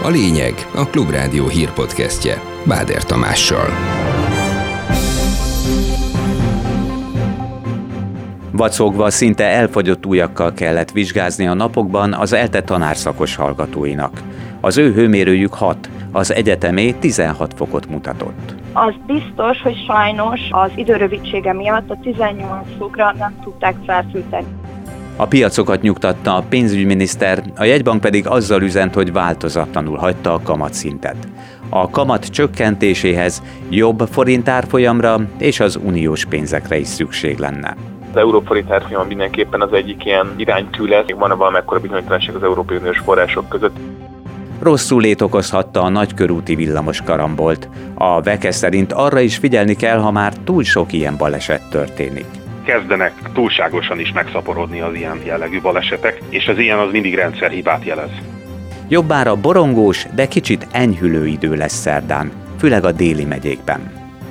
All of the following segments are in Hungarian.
A lényeg a Klubrádió hírpodcastje Báder Tamással. Vacogva, szinte elfogyott ujjakkal kellett vizsgázni a napokban az ELTE tanárszakos hallgatóinak. Az ő hőmérőjük 6, az egyetemé 16 fokot mutatott. Az biztos, hogy sajnos az időrövidsége miatt a 18 fokra nem tudták felfűteni. A piacokat nyugtatta a pénzügyminiszter, a jegybank pedig azzal üzent, hogy változatlanul hagyta a kamatszintet. A kamat csökkentéséhez jobb forint árfolyamra és az uniós pénzekre is szükség lenne. Az euróforint árfolyam mindenképpen az egyik ilyen iránytű lesz, még van valamekkora bizonytalanság az Európai Uniós források között. Rosszul lét okozhatta a nagykörúti villamos karambolt. A VEKE szerint arra is figyelni kell, ha már túl sok ilyen baleset történik. Kezdenek túlságosan is megszaporodni az ilyen jellegű balesetek, és az ilyen az mindig rendszerhibát jelez. Jobbára borongós, de kicsit enyhülő idő lesz szerdán, főleg a déli megyékben.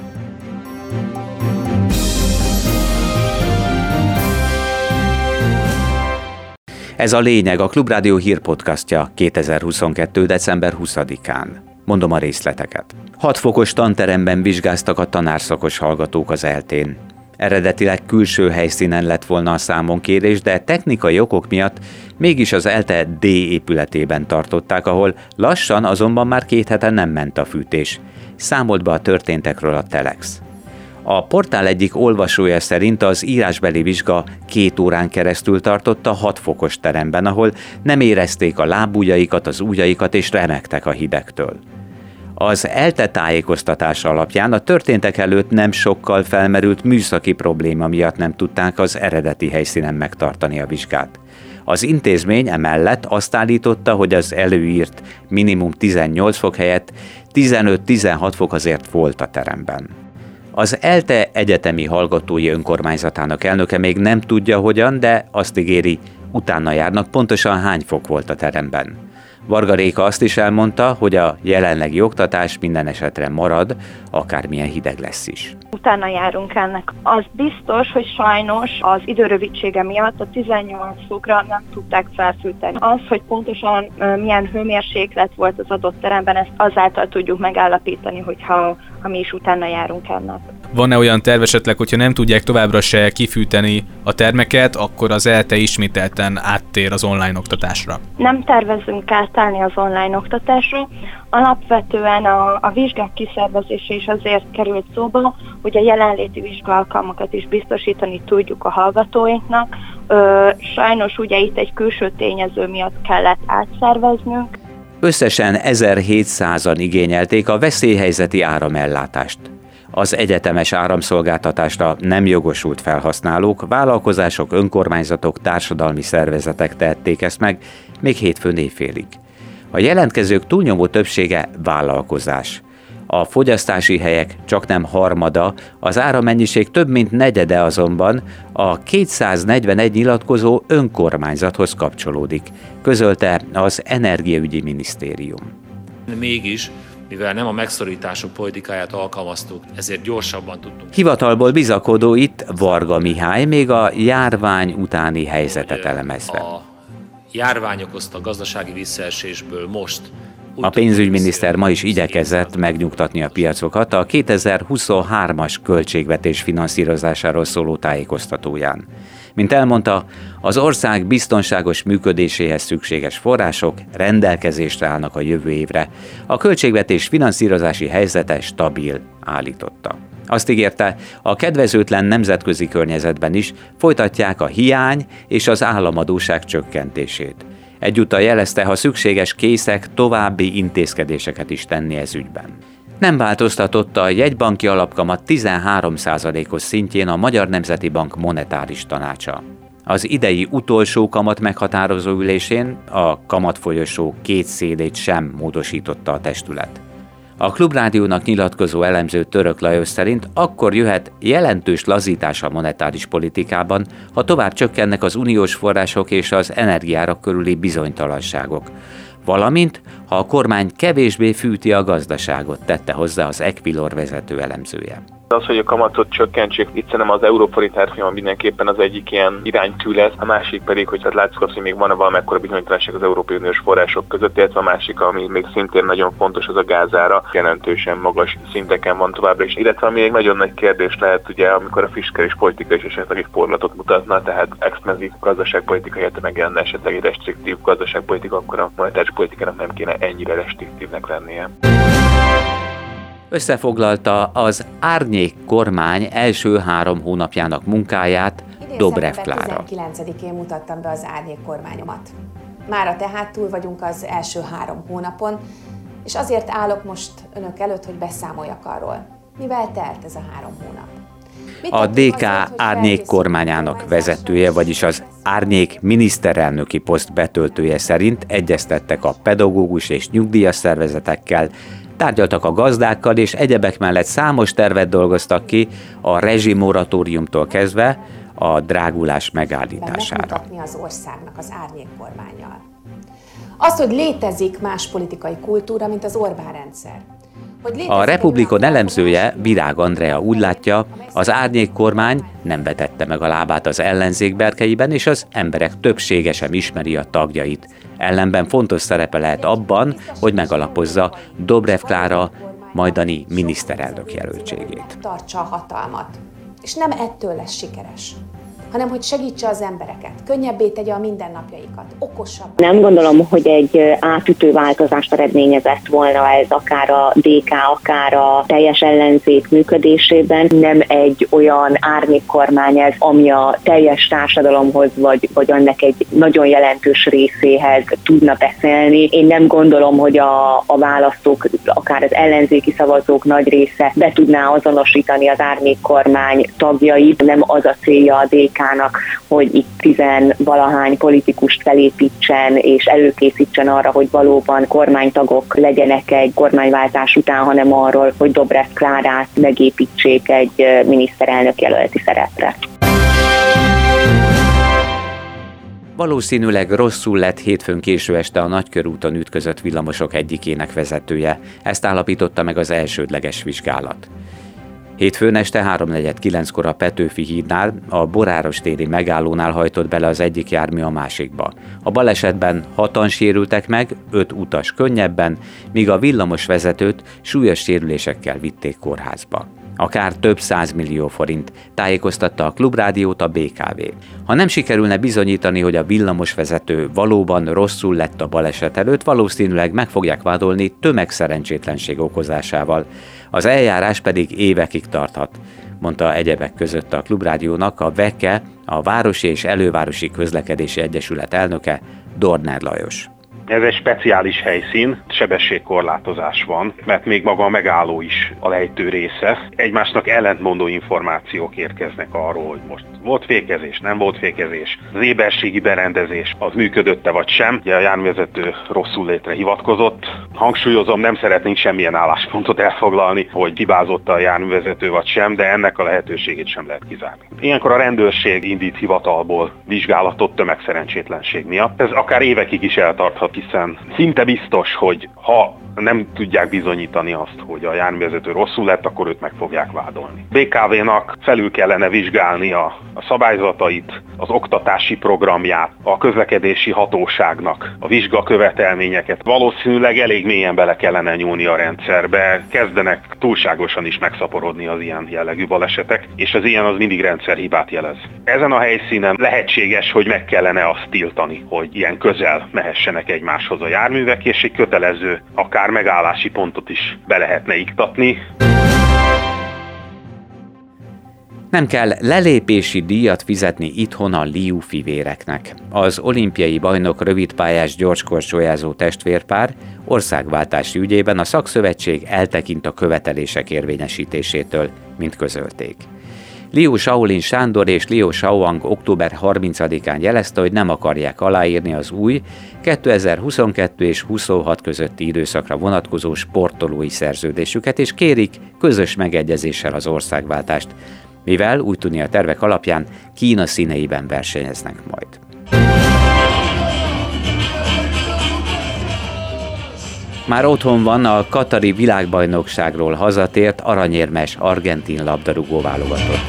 Ez a lényeg, a Klubrádió hírpodcastja 2022. december 20-án. Mondom a részleteket. 6 fokos tanteremben vizsgáztak a tanárszakos hallgatók az ELTE-n. Eredetileg külső helyszínen lett volna a számonkérés, de technikai okok miatt mégis az ELTE D épületében tartották, ahol lassan azonban már 2 hete nem ment a fűtés. Számolt be a történtekről a Telex. A portál egyik olvasója szerint az írásbeli vizsga 2 órán keresztül tartott a 6 fokos teremben, ahol nem érezték a lábujjaikat, az ujjaikat és remegtek a hidegtől. Az ELTE tájékoztatása alapján a történtek előtt nem sokkal felmerült műszaki probléma miatt nem tudták az eredeti helyszínen megtartani a vizsgát. Az intézmény emellett azt állította, hogy az előírt minimum 18 fok helyett 15-16 fok azért volt a teremben. Az ELTE egyetemi hallgatói önkormányzatának elnöke még nem tudja hogyan, de azt ígéri, utána járnak pontosan hány fok volt a teremben. Varga Réka azt is elmondta, hogy a jelenlegi oktatás minden esetre marad, akármilyen hideg lesz is. Utána járunk ennek. Az biztos, hogy sajnos az időrövidsége miatt a 18 fokra nem tudták felfűteni. Az, hogy pontosan milyen hőmérséklet volt az adott teremben, ezt azáltal tudjuk megállapítani, hogyha mi is utána járunk ennek. Van-e olyan terv esetleg, hogyha nem tudják továbbra se kifűteni a termeket, akkor az ELTE ismételten áttér az online oktatásra? Nem tervezünk átállni az online oktatásra. Alapvetően a vizsgák kiszervezése is azért került szóba, hogy a jelenléti vizsgaalkalmakat is biztosítani tudjuk a hallgatóinknak. Sajnos ugye itt egy külső tényező miatt kellett átszerveznünk. Összesen 1700-an igényelték a veszélyhelyzeti áramellátást. Az egyetemes áramszolgáltatásra nem jogosult felhasználók, vállalkozások, önkormányzatok, társadalmi szervezetek tették ezt meg, még hétfőn éjfélig. A jelentkezők túlnyomó többsége vállalkozás. A fogyasztási helyek csaknem harmada, az áramennyiség több mint negyede azonban a 241 nyilatkozó önkormányzathoz kapcsolódik, közölte az Energiaügyi Minisztérium. Mégis, mivel nem a megszorítások politikáját alkalmaztuk, ezért gyorsabban tudtunk. Hivatalból bizakodó itt Varga Mihály, még a járvány utáni helyzetet elemezve. A járvány okozta gazdasági visszaesésből most. A pénzügyminiszter ma is igyekezett megnyugtatni a piacokat a 2023-as költségvetés finanszírozásáról szóló tájékoztatóján. Mint elmondta, az ország biztonságos működéséhez szükséges források rendelkezésre állnak a jövő évre. A költségvetés finanszírozási helyzete stabil, állította. Azt ígérte, a kedvezőtlen nemzetközi környezetben is folytatják a hiány és az államadósság csökkentését. Egyúttal jelezte, ha szükséges, készek további intézkedéseket is tenni ez ügyben. Nem változtatott a jegybanki alapkamat 13%-os szintjén a Magyar Nemzeti Bank monetáris tanácsa. Az idei utolsó kamat meghatározó ülésén a kamatfolyosó 2 szélét sem módosította a testület. A Klubrádiónak nyilatkozó elemző Török Lajos szerint akkor jöhet jelentős lazítás a monetáris politikában, ha tovább csökkennek az uniós források és az energiárak körüli bizonytalanságok, valamint ha a kormány kevésbé fűti a gazdaságot, tette hozzá az Equilor vezető elemzője. Az, hogy a kamatot csökkentsék, itt szerintem az euróforint árfolyam mindenképpen az egyik ilyen iránytű lesz, a másik pedig, hogy hát látszik, hogy még van valamekkora bizonytalanság az Európai Uniós források között, illetve a másik, ami még szintén nagyon fontos, az a gázára, jelentősen magas szinteken van továbbra is. Illetve ami egy nagyon nagy kérdés lehet, ugye, amikor a fiskális politika is esetleg egy fordulatot mutatna, tehát expanzív gazdaságpolitika helyett megjelenne esetleg egy restriktív gazdaságpolitika, akkor a monetáris politikának nem kéne ennyire restriktívnek lennie. Összefoglalta az árnyék kormány első 3 hónapjának munkáját Dobrev Klára. 19-én mutattam be az árnyék kormányomat. Mára tehát túl vagyunk az első 3 hónapon, és azért állok most önök előtt, hogy beszámoljak arról, mivel telt ez a 3 hónap. A DK árnyék kormányának vezetője, vagyis az árnyék miniszterelnöki poszt betöltője szerint egyeztettek a pedagógus és nyugdíjas szervezetekkel, tárgyaltak a gazdákkal, és egyebek mellett számos tervet dolgoztak ki a rezsimoratóriumtól kezdve a drágulás megállítására. Megmutatni az országnak az árnyék kormánnyal. Azt, hogy létezik más politikai kultúra, mint az Orbán rendszer. A Republikon elemzője, Virág Andrea úgy látja, az árnyék kormány nem vetette meg a lábát az ellenzék berkeiben, és az emberek többsége sem ismeri a tagjait. Ellenben fontos szerepe lehet abban, hogy megalapozza Dobrev Klára majdani miniszterelnök jelöltségét. Tartsa a hatalmat, és nem ettől lesz sikeres, hanem hogy segítse az embereket, könnyebbé tegye a mindennapjaikat, okosabb. Nem gondolom, hogy egy átütő változást eredményezett volna ez akár a DK, akár a teljes ellenzék működésében. Nem egy olyan árnyékkormány ez, ami a teljes társadalomhoz, vagy annak egy nagyon jelentős részéhez tudna beszélni. Én nem gondolom, hogy a választók, akár az ellenzéki szavazók nagy része be tudná azonosítani az árnyékkormány tagjait. Nem az a célja a DK, hogy itt 10-valahány politikust felépítsen és előkészítsen arra, hogy valóban kormánytagok legyenek egy kormányváltás után, hanem arról, hogy Dobrev Klárát megépítsék egy miniszterelnök jelölti szerepre. Valószínűleg rosszul lett hétfőn késő este a Nagykörúton ütközött villamosok egyikének vezetője. Ezt állapította meg az elsődleges vizsgálat. Hétfőn este 3:49-kor a Petőfi hídnál, a Boráros téri megállónál hajtott bele az egyik jármű a másikba. A balesetben 6-an sérültek meg, 5 utas könnyebben, míg a villamosvezetőt súlyos sérülésekkel vitték kórházba. Akár több 100 millió forint, tájékoztatta a Klubrádiót a BKV. Ha nem sikerülne bizonyítani, hogy a villamosvezető valóban rosszul lett a baleset előtt, valószínűleg meg fogják vádolni tömegszerencsétlenség okozásával. Az eljárás pedig évekig tarthat, mondta egyebek között a Klubrádiónak a VEKE, a Városi és Elővárosi Közlekedési Egyesület elnöke, Dorner Lajos. Ez egy speciális helyszín, sebességkorlátozás van, mert még maga a megálló is a lejtő része. Egymásnak ellentmondó információk érkeznek arról, hogy most volt fékezés, nem volt fékezés, az éberségi berendezés az működötte vagy sem. Ugye a járművezető rosszul létre hivatkozott. Hangsúlyozom, nem szeretnénk semmilyen álláspontot elfoglalni, hogy hibázott a járművezető vagy sem, de ennek a lehetőségét sem lehet kizárni. Ilyenkor a rendőrség indít hivatalból vizsgálatot tömegszerencsétlenség miatt. Ez akár évekig is eltarthat, hiszen szinte biztos, hogy ha nem tudják bizonyítani azt, hogy a járművezető rosszul lett, akkor őt meg fogják vádolni. BKV-nak felül kellene vizsgálni a szabályzatait, az oktatási programját, a közlekedési hatóságnak a vizsgakövetelményeket. Valószínűleg elég mélyen bele kellene nyúlni a rendszerbe, kezdenek túlságosan is megszaporodni az ilyen jellegű balesetek, és az ilyen az mindig rendszerhibát jelez. Ezen a helyszínen lehetséges, hogy meg kellene azt tiltani, hogy ilyen közel mehessenek egymáshoz a járművek, és egy kötelező, akár megállási pontot is be lehetne iktatni. Nem kell lelépési díjat fizetni itthon a Liu fivéreknek. Az olimpiai bajnok rövidpályás gyorskorcsolyázó testvérpár országváltási ügyében a szakszövetség eltekint a követelések érvényesítésétől, mint közölték. Liu Shaolin Sándor és Liu Shaoang október 30-án jelezte, hogy nem akarják aláírni az új 2022 és 26 közötti időszakra vonatkozó sportolói szerződésüket, és kérik közös megegyezéssel az országváltást, mivel úgy tűnik a tervek alapján Kína színeiben versenyeznek majd. Már otthon van a katari világbajnokságról hazatért aranyérmes argentin labdarúgó válogatott.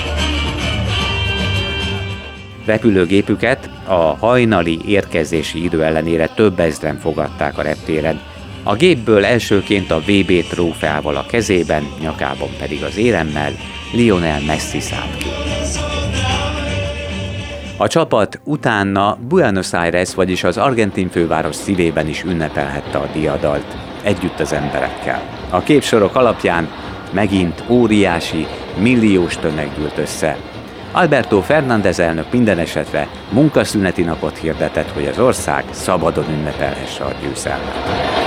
Repülőgépüket a hajnali érkezési idő ellenére több ezren fogadták a reptéren. A gépből elsőként a VB trófeával a kezében, nyakában pedig az éremmel Lionel Messi szállt ki. A csapat utána Buenos Aires, vagyis az argentin főváros szívében is ünnepelhette a diadalt, együtt az emberekkel. A képsorok alapján megint óriási, milliós tömeg gyűlt össze. Alberto Fernández elnök minden esetre munkaszüneti napot hirdetett, hogy az ország szabadon ünnepelhesse a győzelmet.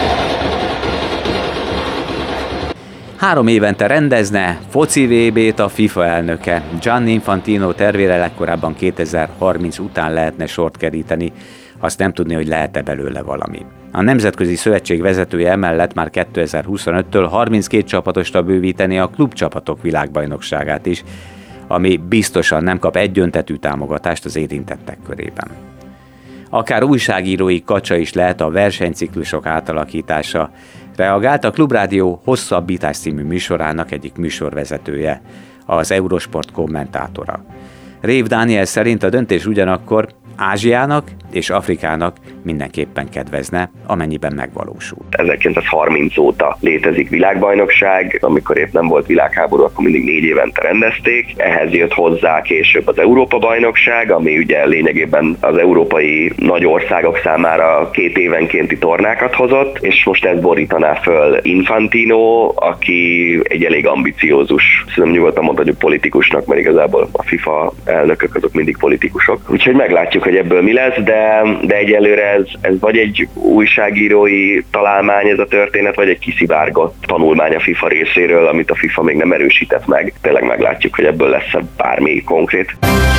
3 évente rendezne foci VB-t a FIFA elnöke. Gianni Infantino tervére legkorábban 2030 után lehetne sort keríteni, azt nem tudni, hogy lehet-e belőle valami. A Nemzetközi Szövetség vezetője emellett már 2025-től 32 csapatosra bővíteni a klubcsapatok világbajnokságát is, ami biztosan nem kap egyöntetű támogatást az érintettek körében. Akár újságírói kacsa is lehet a versenyciklusok átalakítása, reagált a Klubrádió Hosszabbítás című műsorának egyik műsorvezetője, az Eurosport kommentátora. Rév Dániel szerint a döntés ugyanakkor Ázsiának és Afrikának mindenképpen kedvezne, amennyiben megvalósul. 1930 óta létezik világbajnokság, amikor épp nem volt világháború, akkor mindig 4 évente rendezték. Ehhez jött hozzá később az Európa-bajnokság, ami ugye lényegében az európai nagy országok számára 2 évenkénti tornákat hozott, és most ezt borítaná föl Infantino, aki egy elég ambiciózus, szerintem nyugodtan mondhatjuk politikusnak, mert igazából a FIFA elnökök azok mindig politikusok. Úgyhogy meglátjuk, hogy ebből mi lesz, de egyelőre ez vagy egy újságírói találmány ez a történet, vagy egy kiszivárgott tanulmány a FIFA részéről, amit a FIFA még nem erősített meg. Tényleg meglátjuk, hogy ebből lesz bármi konkrét.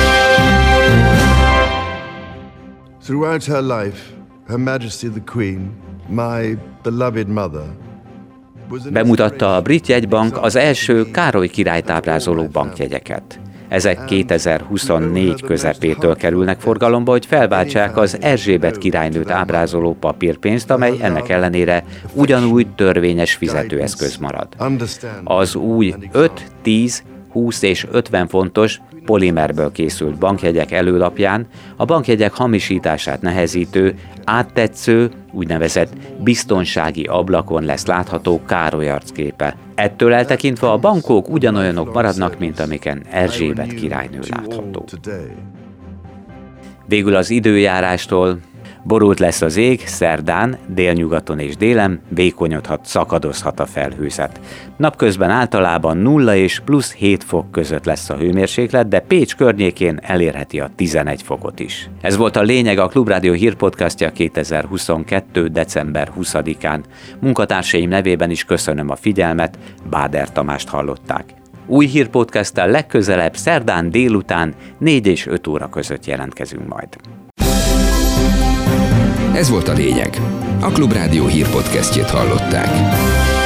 Throughout her life, Her Majesty the Queen, my beloved mother, bemutatta a Brit Jegybank az első Károly királyt ábrázoló bankjegyeket. Ezek 2024 közepétől kerülnek forgalomba, hogy felváltsák az Erzsébet királynőt ábrázoló papírpénzt, amely ennek ellenére ugyanúgy törvényes fizetőeszköz marad. Az új 5, 10, 20 és 50 fontos polimerből készült bankjegyek előlapján a bankjegyek hamisítását nehezítő, áttetsző, úgynevezett biztonsági ablakon lesz látható Károly arcképe. Ettől eltekintve a bankok ugyanolyanok maradnak, mint amiken Erzsébet királynő látható. Végül az időjárástól. Borult lesz az ég, szerdán, délnyugaton és délen vékonyodhat, szakadozhat a felhőzet. Napközben általában 0 és plusz 7 fok között lesz a hőmérséklet, de Pécs környékén elérheti a 11 fokot is. Ez volt a lényeg, a Klubrádió hírpodcastja 2022. december 20-án. Munkatársaim nevében is köszönöm a figyelmet, Báder Tamást hallották. Új hírpodcasttal legközelebb szerdán délután 4 és 5 óra között jelentkezünk majd. Ez volt a lényeg. A Klubrádió hírpodcastjét hallották.